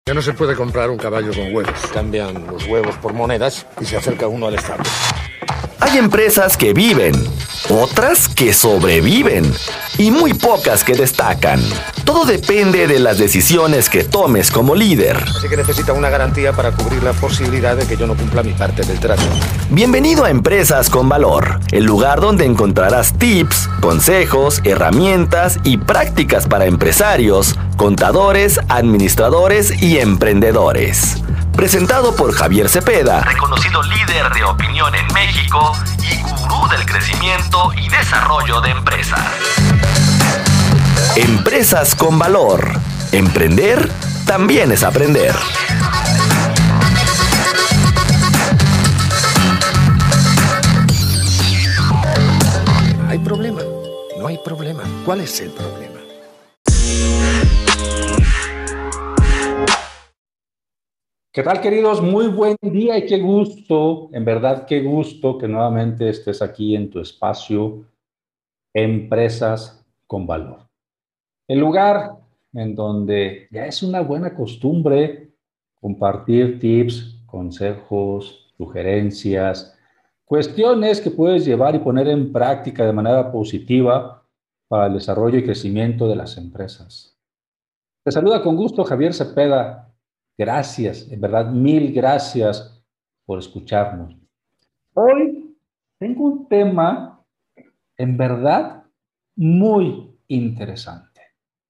Ya no se puede comprar un caballo con huevos. Cambian los huevos por monedas y se acerca uno al establo. Hay empresas que viven, otras que sobreviven y muy pocas que destacan. Todo depende de las decisiones que tomes como líder. Así que necesita una garantía para cubrir la posibilidad de que yo no cumpla mi parte del trato. Bienvenido a Empresas con Valor, el lugar donde encontrarás tips, consejos, herramientas y prácticas para empresarios, contadores, administradores y emprendedores. Presentado por Javier Cepeda, reconocido líder de opinión en México y gurú del crecimiento y desarrollo de empresas. Empresas con Valor. Emprender también es aprender. ¿Hay problema? No hay problema. ¿Cuál es el problema? ¿Qué tal, queridos? Muy buen día y qué gusto, en verdad qué gusto que nuevamente estés aquí en tu espacio Empresas con Valor. El lugar en donde ya es una buena costumbre compartir tips, consejos, sugerencias, cuestiones que puedes llevar y poner en práctica de manera positiva para el desarrollo y crecimiento de las empresas. Te saluda con gusto Javier Cepeda. Gracias, en verdad, mil gracias por escucharnos. Hoy tengo un tema, en verdad, muy interesante.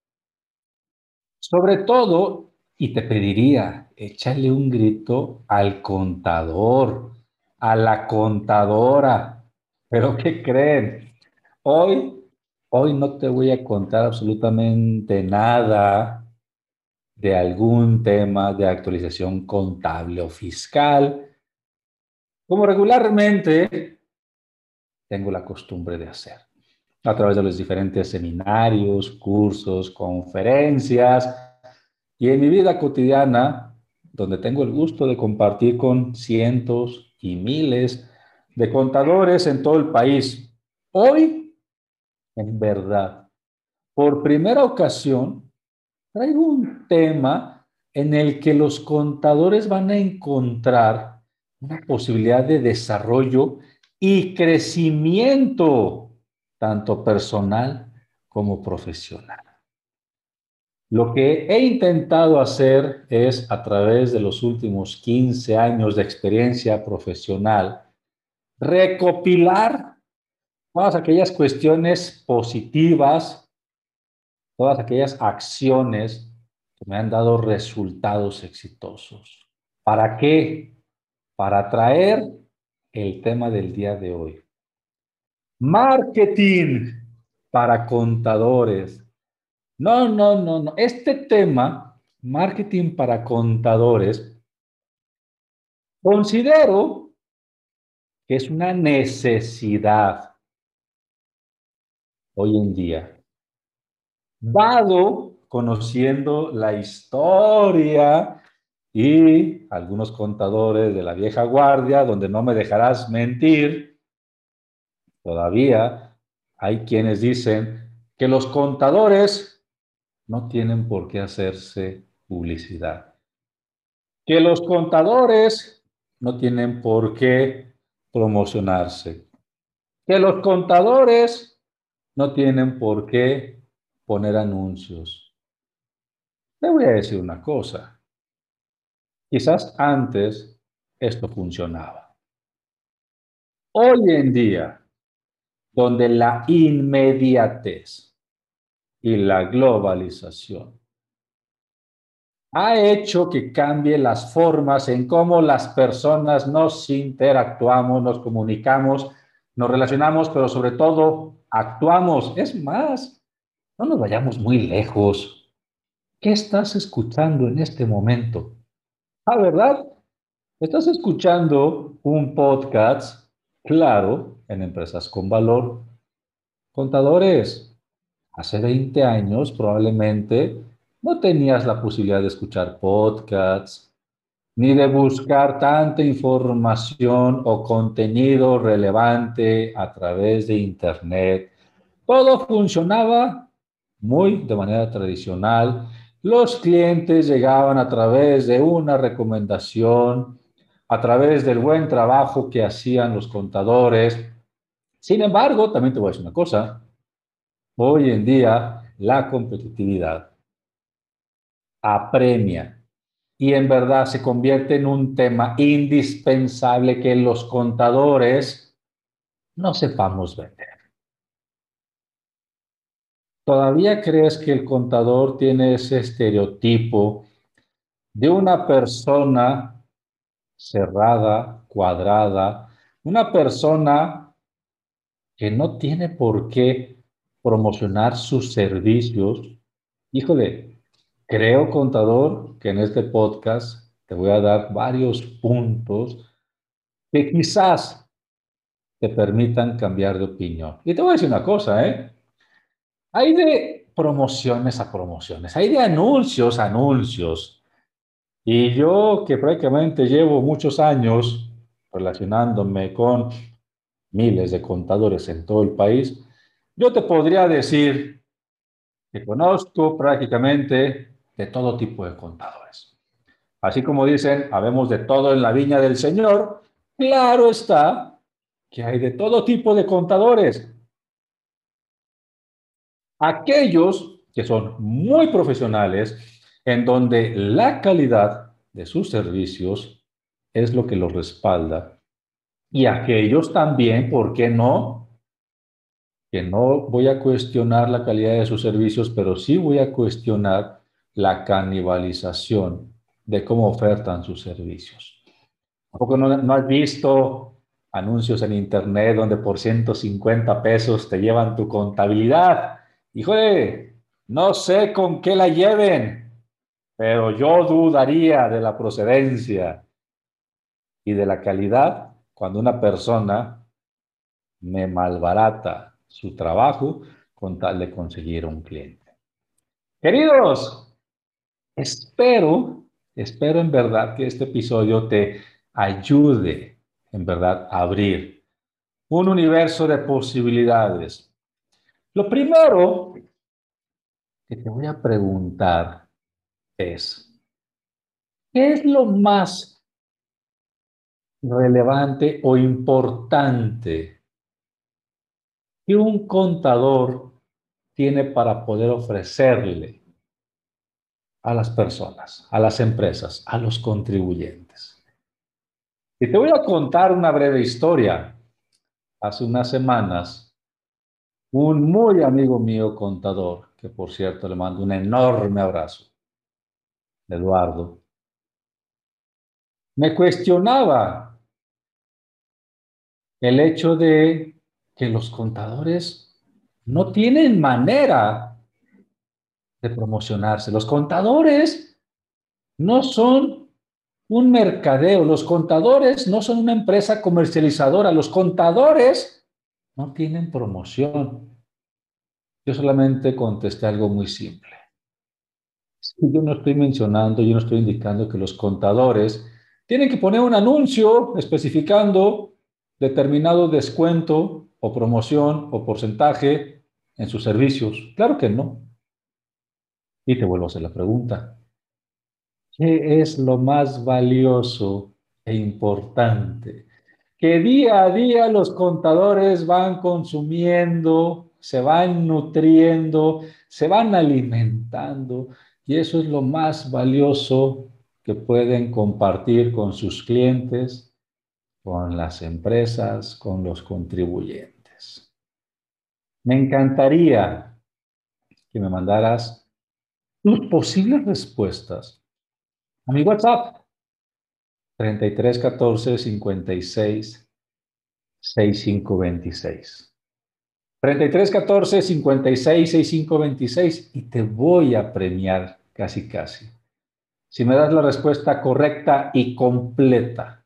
Sobre todo, y te pediría, échale un grito al contador, a la contadora. ¿Pero qué creen? Hoy no te voy a contar absolutamente nada de algún tema de actualización contable o fiscal, como regularmente tengo la costumbre de hacer, a través de los diferentes seminarios, cursos, conferencias y en mi vida cotidiana, donde tengo el gusto de compartir con cientos y miles de contadores en todo el país. Hoy, en verdad, por primera ocasión, traigo un tema en el que los contadores van a encontrar una posibilidad de desarrollo y crecimiento, tanto personal como profesional. Lo que he intentado hacer es, a través de los últimos 15 años de experiencia profesional, recopilar todas aquellas cuestiones positivas, todas aquellas acciones que me han dado resultados exitosos. ¿Para qué? Para traer el tema del día de hoy. Marketing para contadores. No. Este tema, marketing para contadores, considero que es una necesidad hoy en día. Dado, conociendo la historia y algunos contadores de la vieja guardia, donde no me dejarás mentir, todavía hay quienes dicen que los contadores no tienen por qué hacerse publicidad, que los contadores no tienen por qué promocionarse, que los contadores no tienen por qué poner anuncios. Le voy a decir una cosa. Quizás antes esto funcionaba. Hoy en día, donde la inmediatez y la globalización ha hecho que cambie las formas en cómo las personas nos interactuamos, nos comunicamos, nos relacionamos, pero sobre todo actuamos. Es más, no nos vayamos muy lejos. ¿Qué estás escuchando en este momento? ¿Verdad? Estás escuchando un podcast, claro, en Empresas con Valor. Contadores, hace 20 años probablemente no tenías la posibilidad de escuchar podcasts, ni de buscar tanta información o contenido relevante a través de Internet. Todo funcionaba muy de manera tradicional Los clientes llegaban a través de una recomendación, a través del buen trabajo que hacían los contadores. Sin embargo, también te voy a decir una cosa, hoy en día la competitividad apremia y en verdad se convierte en un tema indispensable que los contadores no sepamos vender. ¿Todavía crees que el contador tiene ese estereotipo de una persona cerrada, cuadrada, una persona que no tiene por qué promocionar sus servicios? Híjole, creo, contador, que en este podcast te voy a dar varios puntos que quizás te permitan cambiar de opinión. Y te voy a decir una cosa, ¿eh? Hay de promociones a promociones, hay de anuncios a anuncios. Y yo que prácticamente llevo muchos años relacionándome con miles de contadores en todo el país, yo te podría decir que conozco prácticamente de todo tipo de contadores. Así como dicen, habemos de todo en la viña del Señor, claro está que hay de todo tipo de contadores. Aquellos que son muy profesionales, en donde la calidad de sus servicios es lo que los respalda. Y aquellos también, ¿por qué no? Que no voy a cuestionar la calidad de sus servicios, pero sí voy a cuestionar la canibalización de cómo ofertan sus servicios. ¿A poco no has visto anuncios en internet donde por 150 pesos te llevan tu contabilidad? Híjole, no sé con qué la lleven, pero yo dudaría de la procedencia y de la calidad cuando una persona me malbarata su trabajo con tal de conseguir un cliente. Queridos, espero en verdad que este episodio te ayude en verdad a abrir un universo de posibilidades. Lo primero que te voy a preguntar es, ¿qué es lo más relevante o importante que un contador tiene para poder ofrecerle a las personas, a las empresas, a los contribuyentes? Y te voy a contar una breve historia. Hace unas semanas, un muy amigo mío contador, que por cierto le mando un enorme abrazo, Eduardo, me cuestionaba el hecho de que los contadores no tienen manera de promocionarse. Los contadores no son un mercadeo, los contadores no son una empresa comercializadora, los contadores no tienen promoción. Yo solamente contesté algo muy simple. Yo no estoy mencionando, yo no estoy indicando que los contadores tienen que poner un anuncio especificando determinado descuento o promoción o porcentaje en sus servicios. Claro que no. Y te vuelvo a hacer la pregunta. ¿Qué es lo más valioso e importante que día a día los contadores van consumiendo, se van nutriendo, se van alimentando? Y eso es lo más valioso que pueden compartir con sus clientes, con las empresas, con los contribuyentes. Me encantaría que me mandaras tus posibles respuestas a mi WhatsApp 33 14 56 65 26. 33 14 56 65 26 y te voy a premiar casi casi. Si me das la respuesta correcta y completa,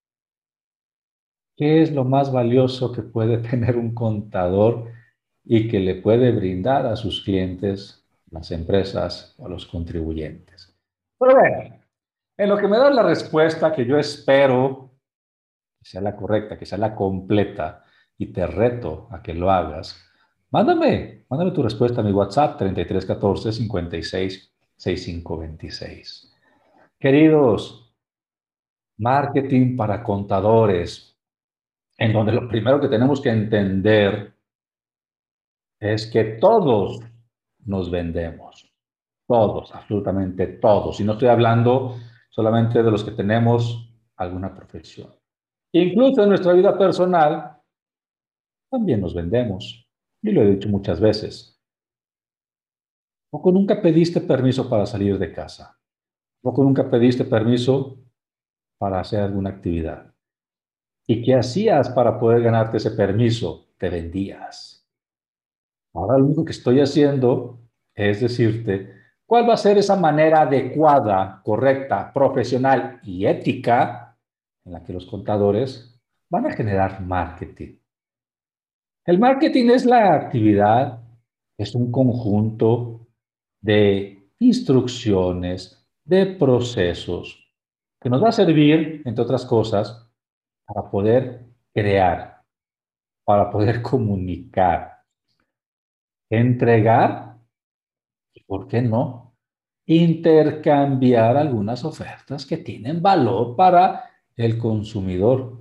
¿qué es lo más valioso que puede tener un contador y que le puede brindar a sus clientes, las empresas o a los contribuyentes? Pero bueno, en lo que me das la respuesta que yo espero que sea la correcta, que sea la completa, y te reto a que lo hagas, mándame tu respuesta a mi WhatsApp 33 14 56 6526. Queridos, marketing para contadores, en donde lo primero que tenemos que entender es que todos nos vendemos. Todos, absolutamente todos. Y no estoy hablando solamente de los que tenemos alguna profesión. Incluso en nuestra vida personal, también nos vendemos. Y lo he dicho muchas veces. ¿Poco nunca pediste permiso para salir de casa? ¿Poco nunca pediste permiso para hacer alguna actividad? ¿Y qué hacías para poder ganarte ese permiso? Te vendías. Ahora lo único que estoy haciendo es decirte cuál va a ser esa manera adecuada, correcta, profesional y ética en la que los contadores van a generar marketing. El marketing es la actividad, es un conjunto de instrucciones, de procesos, que nos va a servir, entre otras cosas, para poder crear, para poder comunicar, entregar y, ¿por qué no?, intercambiar algunas ofertas que tienen valor para el consumidor,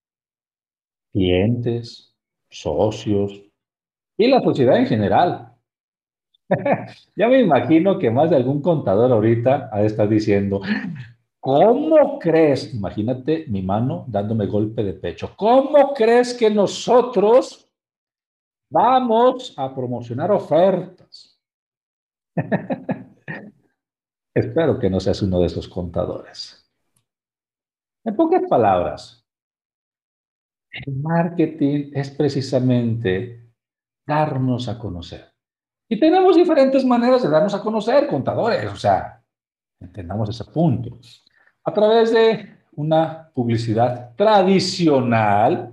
clientes, socios y la sociedad en general. Ya me imagino que más de algún contador ahorita ha de estar diciendo, ¿cómo crees? Imagínate mi mano dándome golpe de pecho. ¿Cómo crees que nosotros vamos a promocionar ofertas? Espero que no seas uno de esos contadores. En pocas palabras, el marketing es precisamente darnos a conocer. Y tenemos diferentes maneras de darnos a conocer, contadores, o sea, entendamos ese punto. A través de una publicidad tradicional,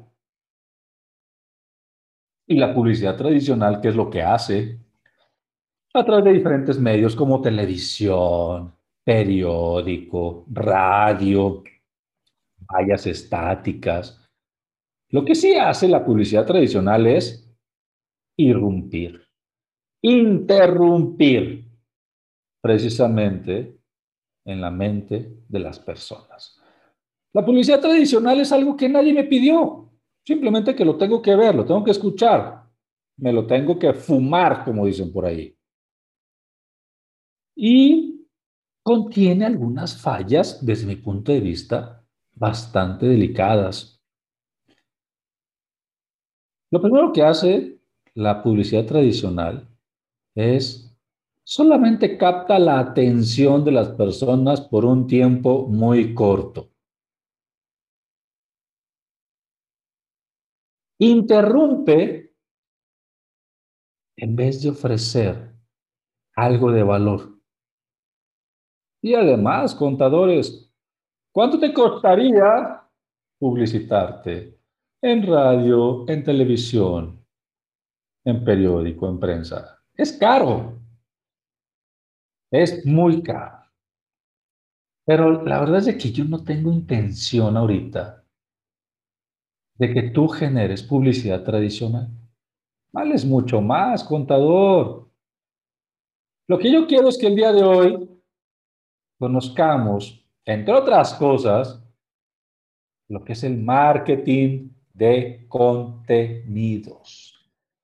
y la publicidad tradicional, ¿qué es lo que hace? A través de diferentes medios como televisión, periódico, radio, vallas estáticas. Lo que sí hace la publicidad tradicional es irrumpir, interrumpir precisamente en la mente de las personas. La publicidad tradicional es algo que nadie me pidió, simplemente que lo tengo que ver, lo tengo que escuchar, me lo tengo que fumar, como dicen por ahí. Y contiene algunas fallas, desde mi punto de vista, bastante delicadas. Lo primero que hace la publicidad tradicional es solamente capta la atención de las personas por un tiempo muy corto. Interrumpe en vez de ofrecer algo de valor. Y además, contadores, ¿cuánto te costaría publicitarte en radio, en televisión, en periódico, en prensa? Es caro, es muy caro. Pero la verdad es que yo no tengo intención ahorita de que tú generes publicidad tradicional. Vales mucho más, contador. Lo que yo quiero es que el día de hoy conozcamos, entre otras cosas, lo que es el marketing de contenidos.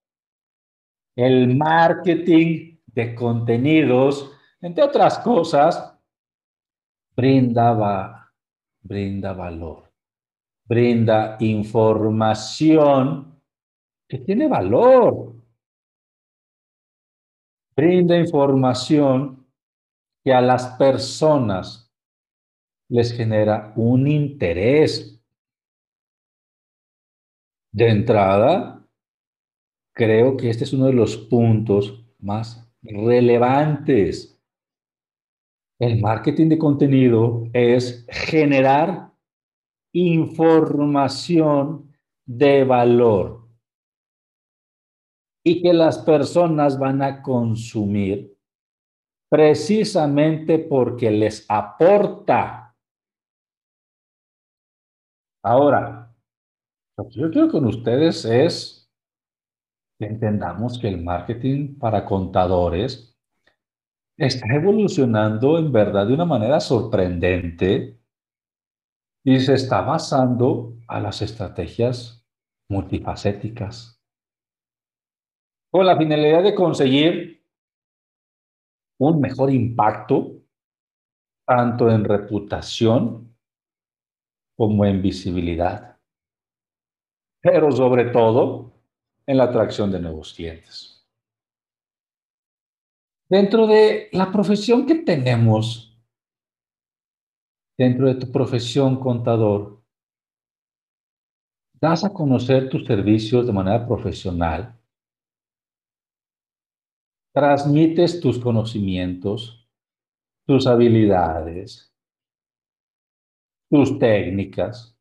El marketing de contenidos, entre otras cosas, brinda valor, brinda información que tiene valor, brinda información que a las personas les genera un interés. De entrada, creo que este es uno de los puntos más relevantes. El marketing de contenido es generar información de valor y que las personas van a consumir precisamente porque les aporta. Ahora, lo que yo quiero con ustedes es que entendamos que el marketing para contadores está evolucionando en verdad de una manera sorprendente y se está basando a las estrategias multifacéticas con la finalidad de conseguir un mejor impacto tanto en reputación como en visibilidad, pero sobre todo en la atracción de nuevos clientes. Dentro de la profesión que tenemos, dentro de tu profesión contador, das a conocer tus servicios de manera profesional, transmites tus conocimientos, tus habilidades, tus técnicas,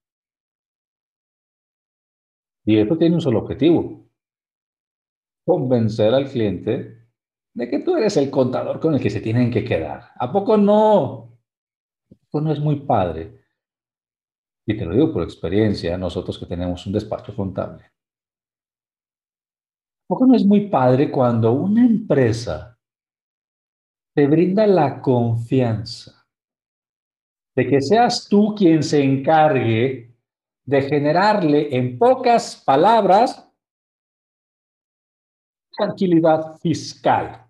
y esto tiene un solo objetivo: convencer al cliente de que tú eres el contador con el que se tienen que quedar. ¿A poco no? ¿A poco no es muy padre? Y te lo digo por experiencia, nosotros que tenemos un despacho contable. ¿A poco no es muy padre cuando una empresa te brinda la confianza de que seas tú quien se encargue de generarle, en pocas palabras, tranquilidad fiscal?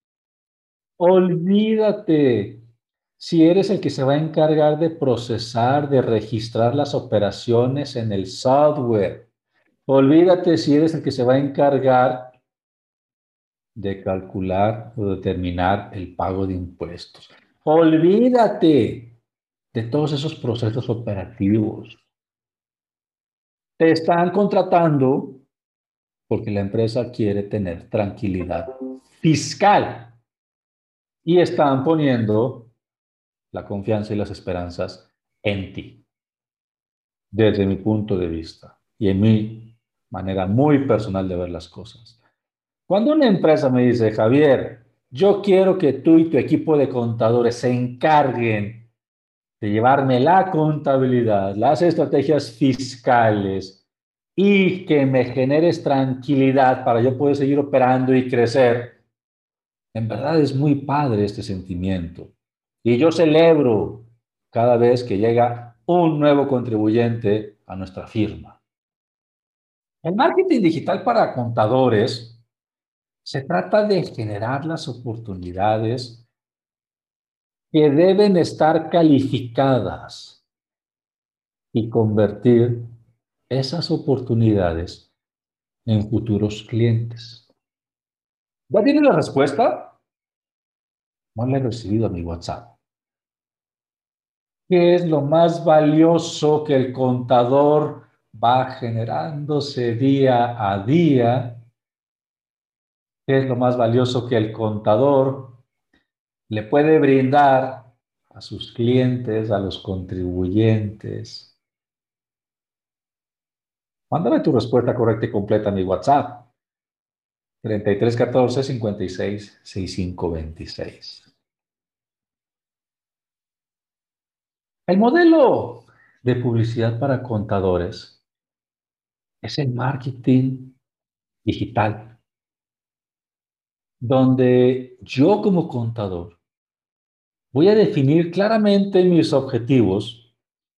Olvídate si eres el que se va a encargar de procesar, de registrar las operaciones en el software. Olvídate si eres el que se va a encargar de calcular o determinar el pago de impuestos. Olvídate de todos esos procesos operativos. Te están contratando porque la empresa quiere tener tranquilidad fiscal y están poniendo la confianza y las esperanzas en ti, desde mi punto de vista y en mi manera muy personal de ver las cosas. Cuando una empresa me dice: Javier, yo quiero que tú y tu equipo de contadores se encarguen de llevarme la contabilidad, las estrategias fiscales y que me generes tranquilidad para yo poder seguir operando y crecer, en verdad es muy padre este sentimiento. Y yo celebro cada vez que llega un nuevo contribuyente a nuestra firma. El marketing digital para contadores se trata de generar las oportunidades que deben estar calificadas y convertir esas oportunidades en futuros clientes. ¿Ya tienes la respuesta? No la he recibido a mi WhatsApp. ¿Qué es lo más valioso que el contador va generándose día a día? ¿Qué es lo más valioso que el contador le puede brindar a sus clientes, a los contribuyentes? Mándame tu respuesta correcta y completa a mi WhatsApp: 3314 56 65 26. El modelo de publicidad para contadores es el marketing digital, donde yo como contador voy a definir claramente mis objetivos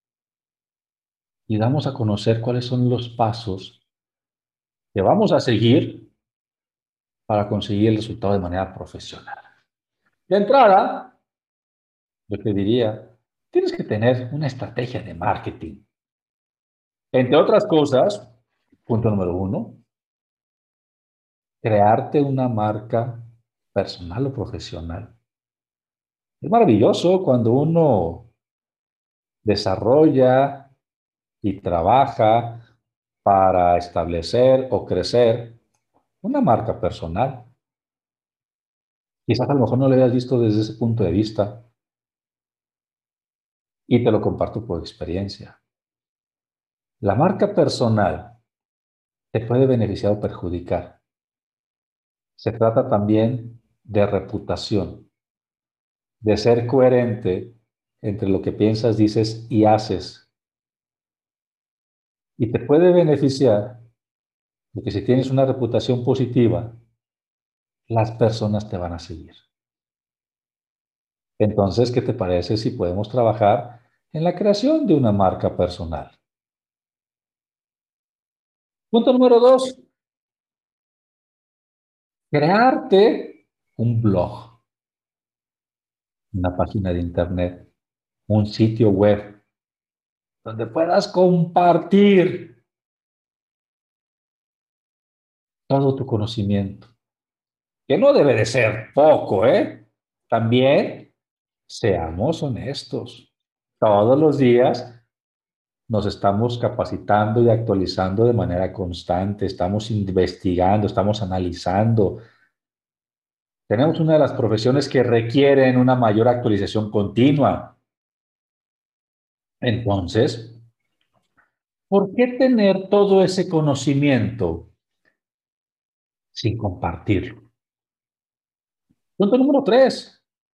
y damos a conocer cuáles son los pasos que vamos a seguir para conseguir el resultado de manera profesional. De entrada, yo te diría, tienes que tener una estrategia de marketing. Entre otras cosas, punto número uno, crearte una marca personal o profesional. Es maravilloso cuando uno desarrolla y trabaja para establecer o crecer una marca personal. Quizás a lo mejor no lo hayas visto desde ese punto de vista y te lo comparto por experiencia. La marca personal te puede beneficiar o perjudicar. Se trata también de reputación, de ser coherente entre lo que piensas, dices y haces. Y te puede beneficiar porque si tienes una reputación positiva, las personas te van a seguir. Entonces, ¿qué te parece si podemos trabajar en la creación de una marca personal? Punto número 2, crearte un blog, una página de internet, un sitio web, donde puedas compartir todo tu conocimiento, que no debe de ser poco, ¿eh? También seamos honestos. Todos los días nos estamos capacitando y actualizando de manera constante, estamos investigando, estamos analizando. Tenemos una de las profesiones que requieren una mayor actualización continua. Entonces, ¿por qué tener todo ese conocimiento sin compartirlo? Punto número 3,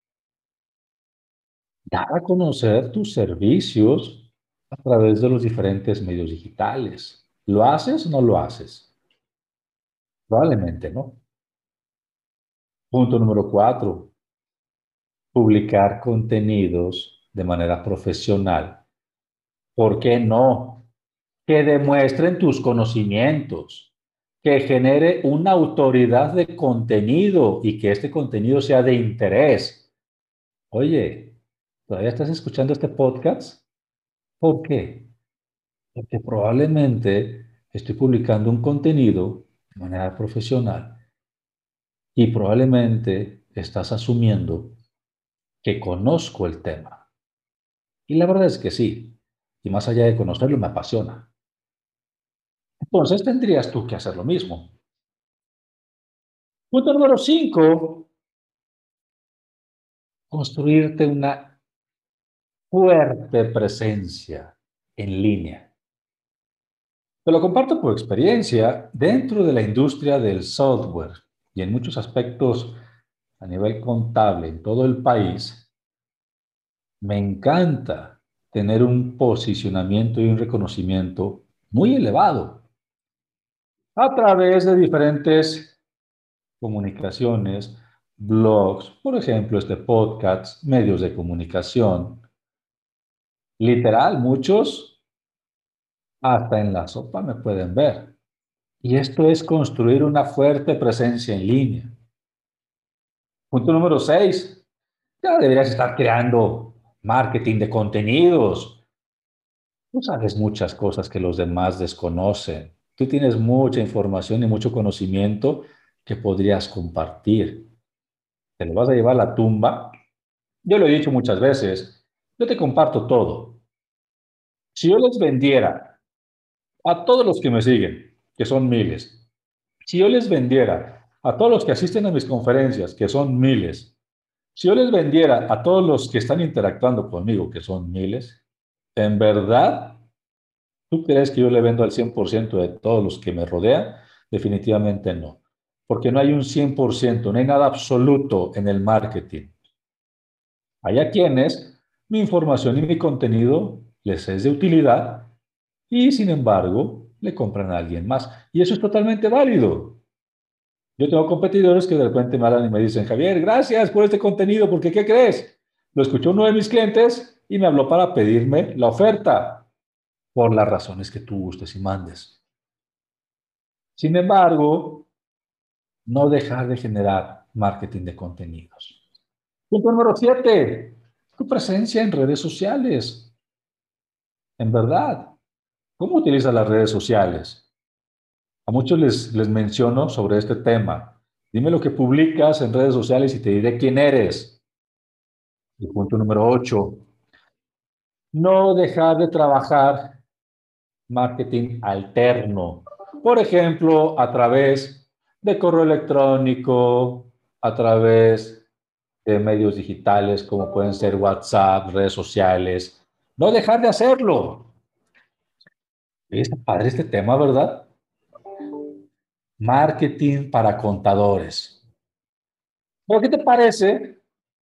dar a conocer tus servicios a través de los diferentes medios digitales. ¿Lo haces o no lo haces? Probablemente no. Punto número 4, publicar contenidos de manera profesional. ¿Por qué no? Que demuestren tus conocimientos, que genere una autoridad de contenido y que este contenido sea de interés. Oye, ¿todavía estás escuchando este podcast? ¿Por qué? Porque probablemente estoy publicando un contenido de manera profesional y probablemente estás asumiendo que conozco el tema. Y la verdad es que sí. Y más allá de conocerlo, me apasiona. Entonces tendrías tú que hacer lo mismo. Punto número 5, construirte una fuerte presencia en línea. Te lo comparto por experiencia dentro de la industria del software y en muchos aspectos a nivel contable en todo el país. Me encanta tener un posicionamiento y un reconocimiento muy elevado a través de diferentes comunicaciones, blogs, por ejemplo, este podcast, medios de comunicación. Literal, muchos hasta en la sopa me pueden ver. Y esto es construir una fuerte presencia en línea. Punto número 6. Ya deberías estar creando marketing de contenidos. Tú sabes muchas cosas que los demás desconocen. Tú tienes mucha información y mucho conocimiento que podrías compartir. ¿Te lo vas a llevar a la tumba? Yo lo he dicho muchas veces. Yo te comparto todo. Si yo les vendiera a todos los que me siguen, que son miles, si yo les vendiera a todos los que asisten a mis conferencias, que son miles, si yo les vendiera a todos los que están interactuando conmigo, que son miles, ¿en verdad tú crees que yo le vendo al 100% de todos los que me rodean? Definitivamente no. Porque no hay un 100%, no hay nada absoluto en el marketing. Hay a quienes mi información y mi contenido les es de utilidad y sin embargo le compran a alguien más. Y eso es totalmente válido. Yo tengo competidores que de repente me hablan y me dicen, Javier, gracias por este contenido, porque ¿qué crees? Lo escuchó uno de mis clientes y me habló para pedirme la oferta por las razones que tú gustes y mandes. Sin embargo, no dejar de generar marketing de contenidos. Punto número 7, tu presencia en redes sociales. En verdad, ¿cómo utilizas las redes sociales? A muchos les menciono sobre este tema. Dime lo que publicas en redes sociales y te diré quién eres. Y punto número 8, no dejar de trabajar marketing alterno. Por ejemplo, a través de correo electrónico, a través de medios digitales como pueden ser WhatsApp, redes sociales. No dejar de hacerlo. Está padre este tema, ¿verdad? Marketing para contadores. ¿Pero qué te parece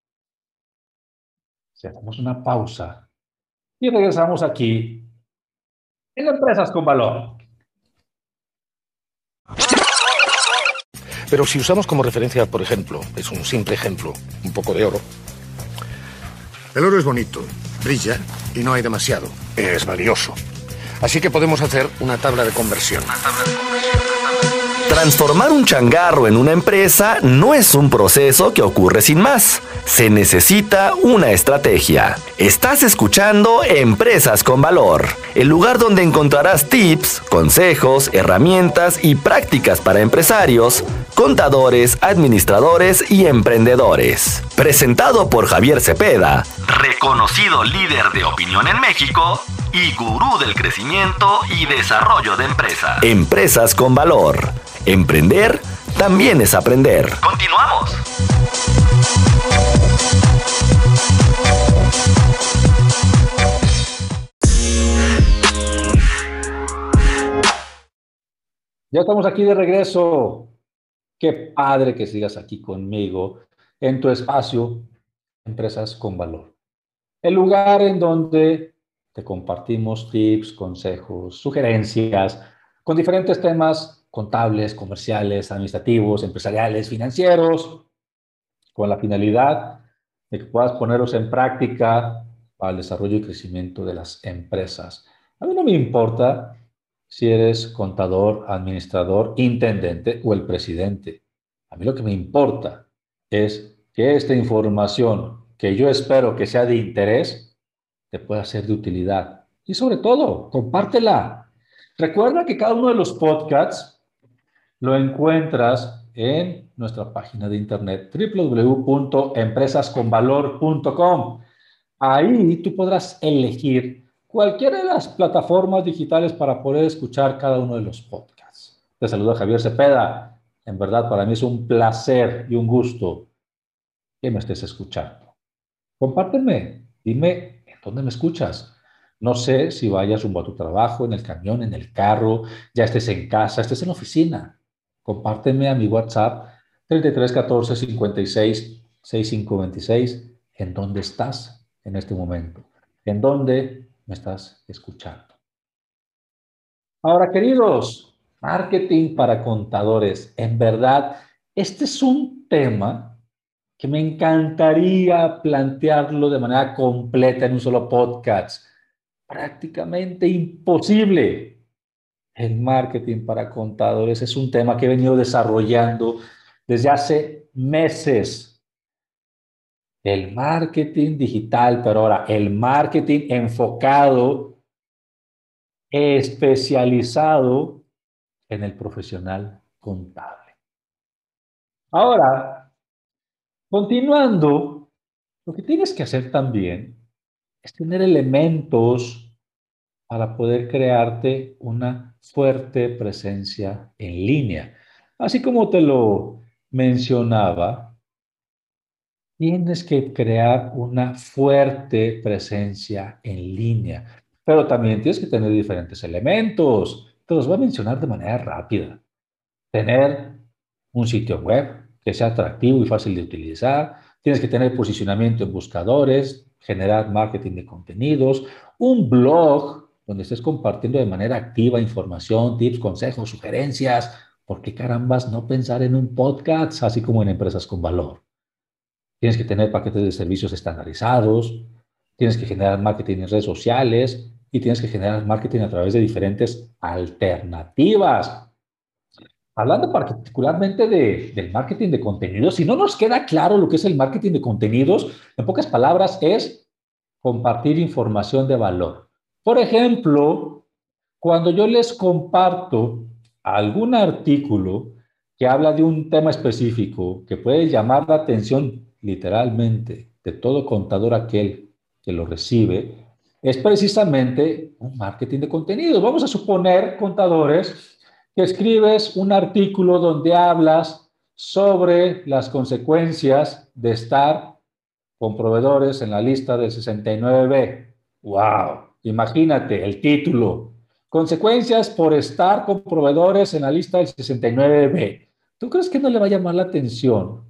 si hacemos una pausa y regresamos aquí en Empresas con Valor? Pero si usamos como referencia, por ejemplo, es un simple ejemplo, un poco de oro, El oro es bonito, brilla y no hay demasiado. Es valioso. Así que podemos hacer una tabla de conversión. Transformar un changarro en una empresa no es un proceso que ocurre sin más. Se necesita una estrategia. Estás escuchando Empresas con Valor, el lugar donde encontrarás tips, consejos, herramientas y prácticas para empresarios, contadores, administradores y emprendedores. Presentado por Javier Cepeda, reconocido líder de opinión en México y gurú del crecimiento y desarrollo de empresas. Empresas con Valor. Emprender también es aprender. Continuamos. Ya estamos aquí de regreso. Qué padre que sigas aquí conmigo en tu espacio Empresas con Valor. El lugar en donde te compartimos tips, consejos, sugerencias con diferentes temas contables, comerciales, administrativos, empresariales, financieros, con la finalidad de que puedas ponerlos en práctica para el desarrollo y crecimiento de las empresas. A mí no me importa si eres contador, administrador, intendente o el presidente. A mí lo que me importa es que esta información, que yo espero que sea de interés, te pueda ser de utilidad. Y sobre todo, compártela. Recuerda que cada uno de los podcasts lo encuentras en nuestra página de internet www.empresasconvalor.com. Ahí tú podrás elegir cualquiera de las plataformas digitales para poder escuchar cada uno de los podcasts. Te saluda Javier Cepeda. En verdad, para mí es un placer y un gusto que me estés escuchando. Compárteme, dime en dónde me escuchas. No sé si vayas rumbo a tu trabajo, en el camión, en el carro, ya estés en casa, estés en la oficina. Compárteme a mi WhatsApp 33 14 56 65 26 en dónde estás en este momento, en dónde me estás escuchando. Ahora, queridos, marketing para contadores. En verdad, este es un tema que me encantaría plantearlo de manera completa en un solo podcast. Prácticamente imposible. El marketing para contadores es un tema que he venido desarrollando desde hace meses. El marketing digital, pero ahora el marketing enfocado, especializado en el profesional contable. Ahora, continuando, lo que tienes que hacer también es tener elementos para poder crearte una fuerte presencia en línea. Así como te lo mencionaba, tienes que crear una fuerte presencia en línea, pero también tienes que tener diferentes elementos. Te los voy a mencionar de manera rápida. Tener un sitio web que sea atractivo y fácil de utilizar. Tienes que tener posicionamiento en buscadores, generar marketing de contenidos, un blog donde estés compartiendo de manera activa información, tips, consejos, sugerencias. ¿Por qué carambas no pensar en un podcast así como en Empresas con Valor? Tienes que tener paquetes de servicios estandarizados, tienes que generar marketing en redes sociales y tienes que generar marketing a través de diferentes alternativas. Hablando particularmente del marketing de contenidos, si no nos queda claro lo que es el marketing de contenidos, en pocas palabras es compartir información de valor. Por ejemplo, cuando yo les comparto algún artículo que habla de un tema específico que puede llamar la atención literalmente de todo contador aquel que lo recibe, es precisamente un marketing de contenidos. Vamos a suponer, contadores, que escribes un artículo donde hablas sobre las consecuencias de estar con proveedores en la lista del 69B. ¡Wow! Imagínate el título. Consecuencias por estar con proveedores en la lista del 69B. ¿Tú crees que no le va a llamar la atención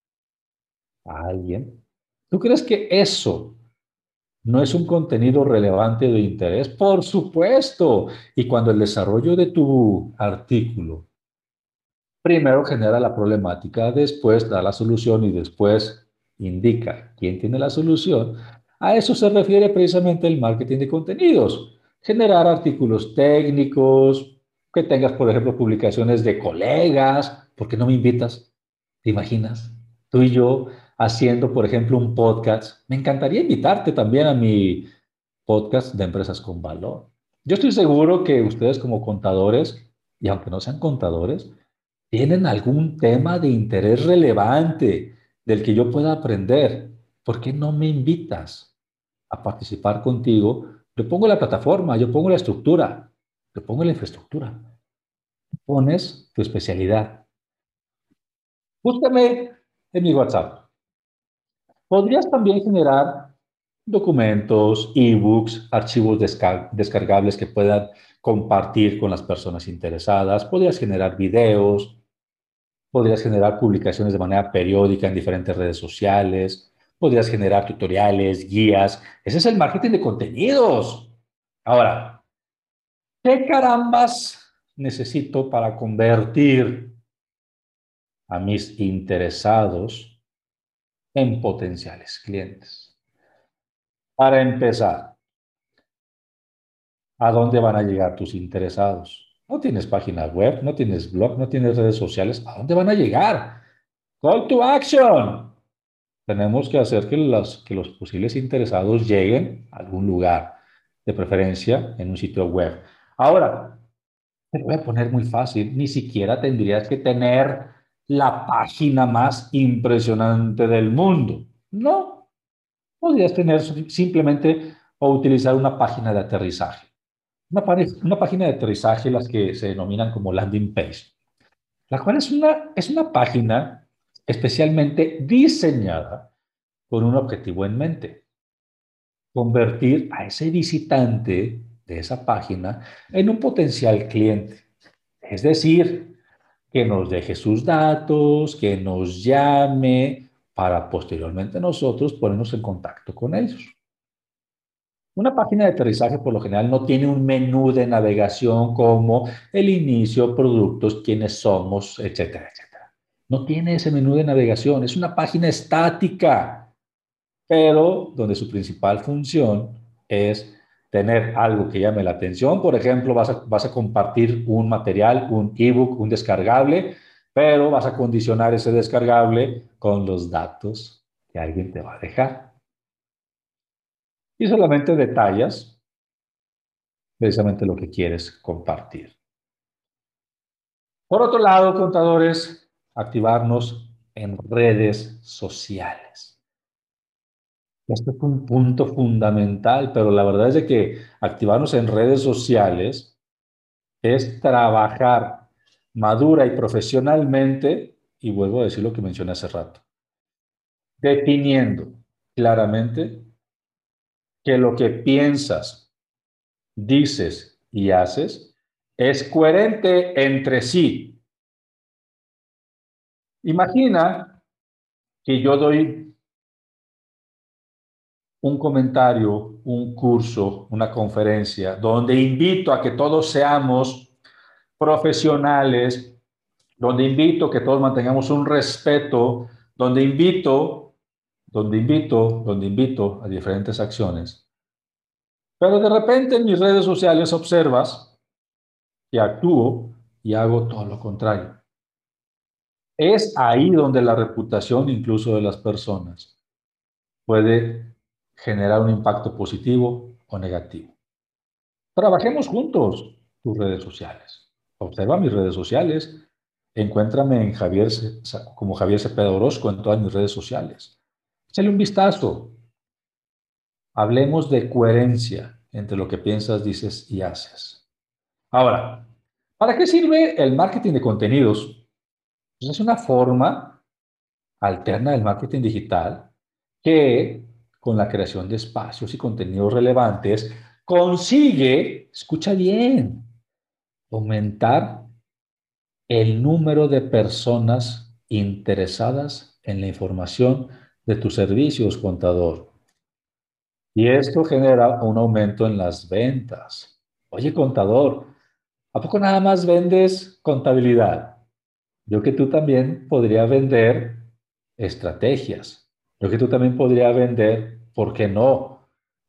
a alguien? ¿Tú crees que eso no es un contenido relevante de interés? Por supuesto. Y cuando el desarrollo de tu artículo primero genera la problemática, después da la solución y después indica quién tiene la solución, A eso se refiere precisamente el marketing de contenidos. Generar artículos técnicos, que tengas, por ejemplo, publicaciones de colegas. ¿Por qué no me invitas? ¿Te imaginas? Tú y yo haciendo, por ejemplo, un podcast. Me encantaría invitarte también a mi podcast de Empresas con Valor. Yo estoy seguro que ustedes como contadores, y aunque no sean contadores, tienen algún tema de interés relevante del que yo pueda aprender. ¿Por qué no me invitas a participar contigo? Yo pongo la plataforma, yo pongo la estructura, yo pongo la infraestructura. Pones tu especialidad. Búscame en mi WhatsApp. Podrías también generar documentos, ebooks, archivos descargables que puedan compartir con las personas interesadas. Podrías generar videos, podrías generar publicaciones de manera periódica en diferentes redes sociales, podrías generar tutoriales, guías. Ese es el marketing de contenidos. Ahora, ¿qué carambas necesito para convertir a mis interesados en potenciales clientes? Para empezar, ¿a dónde van a llegar tus interesados? No tienes página web, no tienes blog, no tienes redes sociales. ¿A dónde van a llegar? Call to action. Tenemos que hacer que los posibles interesados lleguen a algún lugar, de preferencia en un sitio web. Ahora, te lo voy a poner muy fácil. Ni siquiera tendrías que tener la página más impresionante del mundo. No, podrías tener simplemente o utilizar una página de aterrizaje. Una página de aterrizaje, las que se denominan como landing page, la cual es una página especialmente diseñada con un objetivo en mente: convertir a ese visitante de esa página en un potencial cliente. Es decir, que nos deje sus datos, que nos llame para posteriormente nosotros ponernos en contacto con ellos. Una página de aterrizaje por lo general no tiene un menú de navegación como el inicio, productos, quiénes somos, etcétera, etcétera. No tiene ese menú de navegación, es una página estática, pero donde su principal función es tener algo que llame la atención. Por ejemplo, vas a compartir un material, un ebook, un descargable, pero vas a condicionar ese descargable con los datos que alguien te va a dejar. Y solamente detallas precisamente lo que quieres compartir. Por otro lado, contadores, activarnos en redes sociales. Este es un punto fundamental, pero la verdad es de que activarnos en redes sociales es trabajar madura y profesionalmente, y vuelvo a decir lo que mencioné hace rato, definiendo claramente que lo que piensas, dices y haces es coherente entre sí. Imagina que yo doy un comentario, un curso, una conferencia, donde invito a que todos seamos profesionales, donde invito a que todos mantengamos un respeto, donde invito a diferentes acciones. Pero de repente en mis redes sociales observas que actúo y hago todo lo contrario. Es ahí donde la reputación incluso de las personas puede generar un impacto positivo o negativo. Trabajemos juntos tus redes sociales. Observa mis redes sociales. Encuéntrame en como Javier Cepeda Orozco en todas mis redes sociales. Échale un vistazo. Hablemos de coherencia entre lo que piensas, dices y haces. Ahora, ¿para qué sirve el marketing de contenidos? Pues es una forma alterna del marketing digital que, con la creación de espacios y contenidos relevantes, consigue, escucha bien, aumentar el número de personas interesadas en la información de tus servicios, contador. Y esto genera un aumento en las ventas. Oye, contador, ¿a poco nada más vendes contabilidad? Yo que tú también podría vender estrategias. Yo que tú también podría vender, ¿por qué no?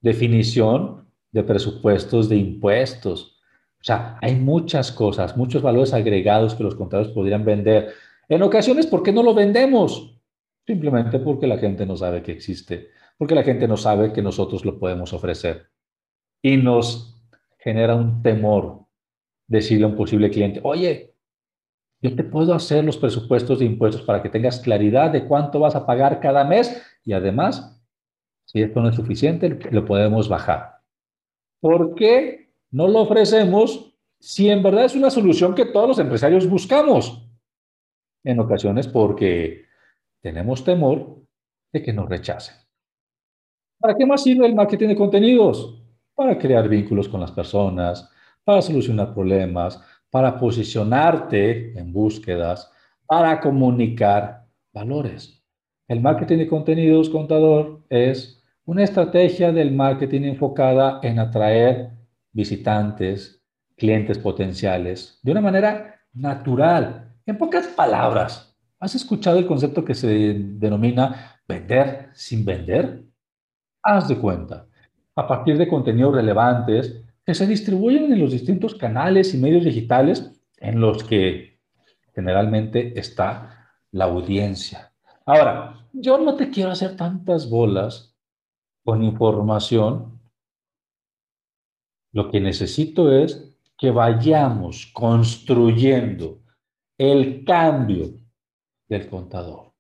definición de presupuestos de impuestos. O sea, hay muchas cosas, muchos valores agregados que los contadores podrían vender. En ocasiones, ¿por qué no lo vendemos? Simplemente porque la gente no sabe que existe, porque la gente no sabe que nosotros lo podemos ofrecer. Y nos genera un temor decirle a un posible cliente, oye, yo te puedo hacer los presupuestos de impuestos para que tengas claridad de cuánto vas a pagar cada mes y además, si esto no es suficiente, lo podemos bajar. ¿Por qué no lo ofrecemos si en verdad es una solución que todos los empresarios buscamos? En ocasiones porque tenemos temor de que nos rechacen. ¿Para qué más sirve el marketing de contenidos? Para crear vínculos con las personas, para solucionar problemas, para posicionarte en búsquedas, para comunicar valores. El marketing de contenidos, contador, es una estrategia del marketing enfocada en atraer visitantes, clientes potenciales, de una manera natural. En pocas palabras, ¿has escuchado el concepto que se denomina vender sin vender? Haz de cuenta, a partir de contenidos relevantes que se distribuyen en los distintos canales y medios digitales en los que generalmente está la audiencia. Ahora, yo no te quiero hacer tantas bolas con información. Lo que necesito es que vayamos construyendo el cambio del contador.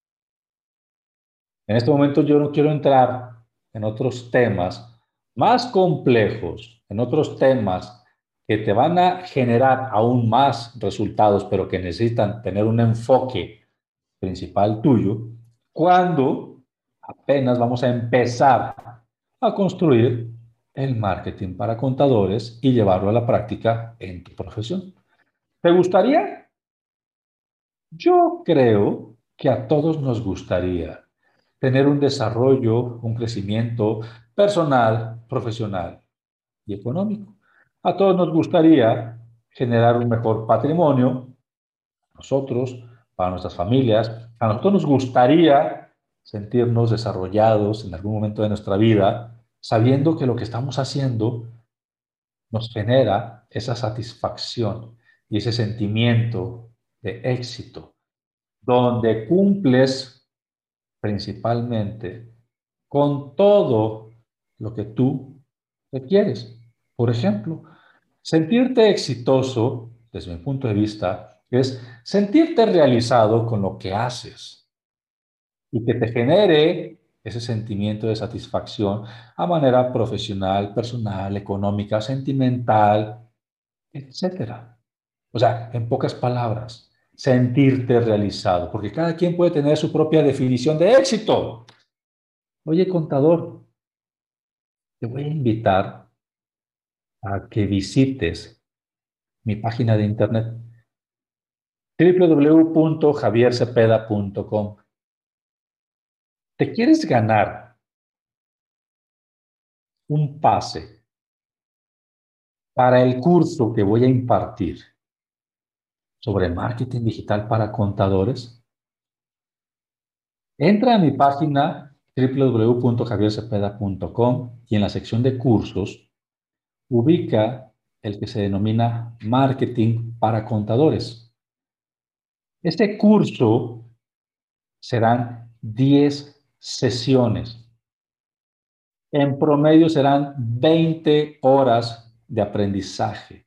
En este momento yo no quiero entrar en otros temas más complejos, en otros temas que te van a generar aún más resultados, pero que necesitan tener un enfoque principal tuyo, cuando apenas vamos a empezar a construir el marketing para contadores y llevarlo a la práctica en tu profesión. ¿Te gustaría? Yo creo que a todos nos gustaría tener un desarrollo, un crecimiento personal, profesional y económico. A todos nos gustaría generar un mejor patrimonio, a nosotros, para nuestras familias. A nosotros nos gustaría sentirnos desarrollados en algún momento de nuestra vida, sabiendo que lo que estamos haciendo nos genera esa satisfacción y ese sentimiento de éxito, donde cumples principalmente con todo lo que tú requieres. Por ejemplo, sentirte exitoso, desde mi punto de vista, es sentirte realizado con lo que haces y que te genere ese sentimiento de satisfacción a manera profesional, personal, económica, sentimental, etcétera. O sea, en pocas palabras, sentirte realizado, porque cada quien puede tener su propia definición de éxito. Oye, contador, te voy a invitar a que visites mi página de internet www.javiercepeda.com. ¿Te quieres ganar un pase para el curso que voy a impartir sobre marketing digital para contadores? Entra a mi página www.javiercepeda.com y en la sección de cursos ubica el que se denomina marketing para contadores. Este curso serán 10 sesiones. En promedio serán 20 horas de aprendizaje.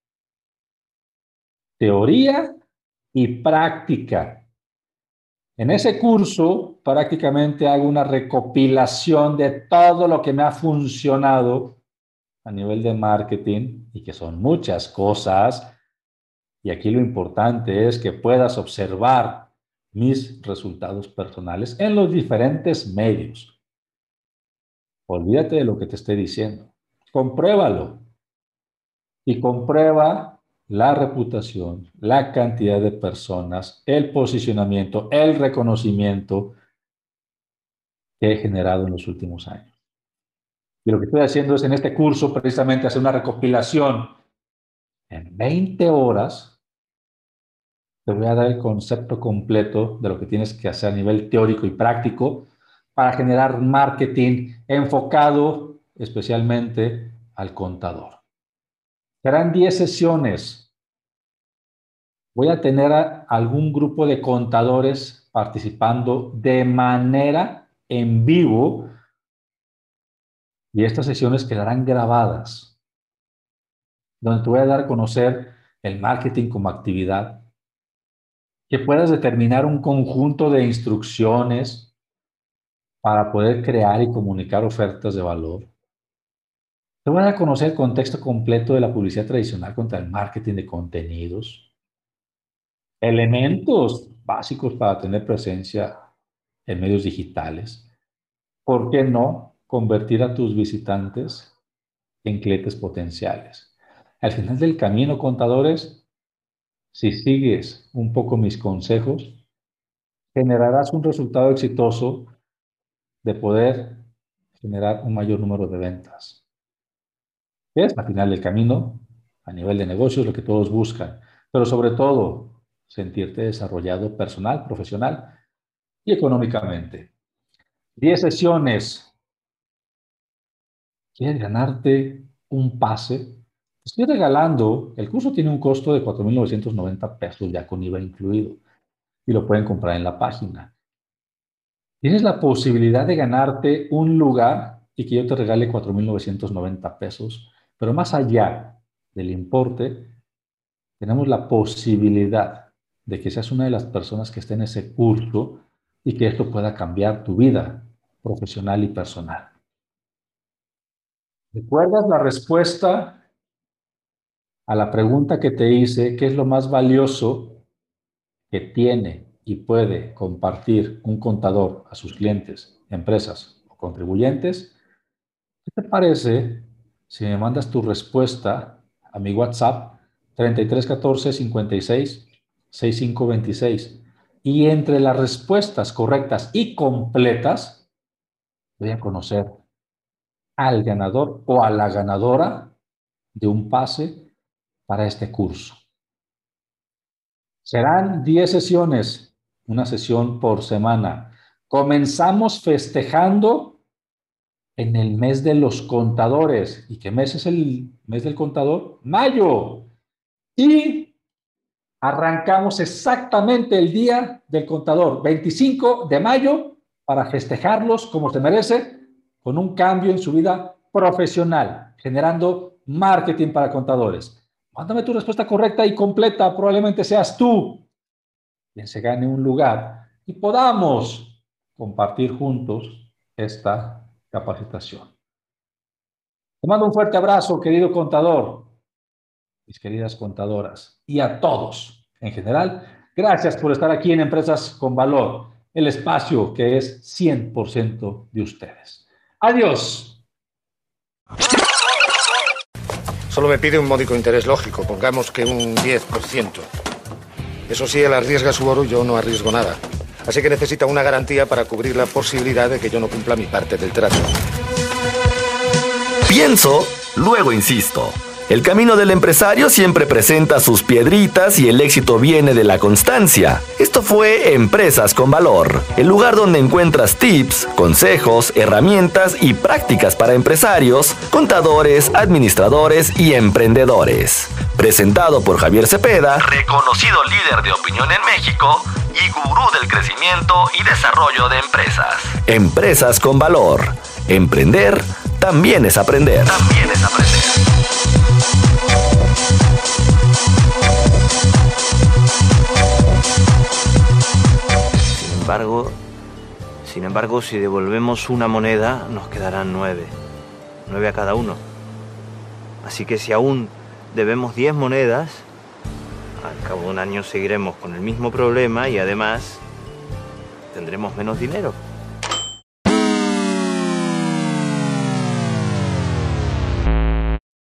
Teoría y práctica. En ese curso prácticamente hago una recopilación de todo lo que me ha funcionado a nivel de marketing y que son muchas cosas. Y aquí lo importante es que puedas observar mis resultados personales en los diferentes medios. Olvídate de lo que te estoy diciendo. Compruébalo y comprueba la reputación, la cantidad de personas, el posicionamiento, el reconocimiento que he generado en los últimos años. Y lo que estoy haciendo es en este curso precisamente hacer una recopilación en 20 horas. Te voy a dar el concepto completo de lo que tienes que hacer a nivel teórico y práctico para generar marketing enfocado especialmente al contador. Serán 10 sesiones. Voy a tener a algún grupo de contadores participando de manera en vivo y estas sesiones quedarán grabadas, donde te voy a dar a conocer el marketing como actividad, que puedas determinar un conjunto de instrucciones para poder crear y comunicar ofertas de valor. Te voy a dar a conocer el contexto completo de la publicidad tradicional contra el marketing de contenidos, elementos básicos para tener presencia en medios digitales. ¿Por qué no convertir a tus visitantes en clientes potenciales? Al final del camino, contadores, si sigues un poco mis consejos, generarás un resultado exitoso de poder generar un mayor número de ventas. Es al final del camino, a nivel de negocios, lo que todos buscan, pero sobre todo, sentirte desarrollado personal, profesional y económicamente. 10 sesiones. ¿Quieres ganarte un pase? Te estoy regalando, el curso tiene un costo de 4,990 pesos ya con IVA incluido y lo pueden comprar en la página. Tienes la posibilidad de ganarte un lugar y que yo te regale 4,990 pesos, pero más allá del importe, tenemos la posibilidad de que seas una de las personas que esté en ese curso y que esto pueda cambiar tu vida profesional y personal. ¿Recuerdas la respuesta a la pregunta que te hice? ¿Qué es lo más valioso que tiene y puede compartir un contador a sus clientes, empresas o contribuyentes? ¿Qué te parece si me mandas tu respuesta a mi WhatsApp 33 14 56 65 26? Y entre las respuestas correctas y completas, voy a conocer al ganador o a la ganadora de un pase para este curso. Serán 10 sesiones, una sesión por semana. Comenzamos festejando en el mes de los contadores. ¿Y qué mes es el mes del contador? Mayo. Y arrancamos exactamente el día del contador, 25 de mayo, para festejarlos como se merece, con un cambio en su vida profesional, generando marketing para contadores. Mándame tu respuesta correcta y completa, probablemente seas tú quien se gane un lugar y podamos compartir juntos esta capacitación. Te mando un fuerte abrazo, querido contador, mis queridas contadoras, y a todos en general. Gracias por estar aquí en Empresas con Valor, el espacio que es 100% de ustedes. Adiós. Solo me pide un módico interés lógico, pongamos que un 10%. Eso sí, él arriesga su oro y yo no arriesgo nada. Así que necesita una garantía para cubrir la posibilidad de que yo no cumpla mi parte del trato. Pienso, luego insisto. El camino del empresario siempre presenta sus piedritas y el éxito viene de la constancia. Esto fue Empresas con Valor, el lugar donde encuentras tips, consejos, herramientas y prácticas para empresarios, contadores, administradores y emprendedores. Presentado por Javier Cepeda, reconocido líder de opinión en México y gurú del crecimiento y desarrollo de empresas. Empresas con Valor. Emprender también es aprender. También es aprender. Sin embargo, si devolvemos una moneda, nos quedarán 9 a cada uno. Así que si aún debemos 10 monedas, al cabo de un año seguiremos con el mismo problema y además tendremos menos dinero.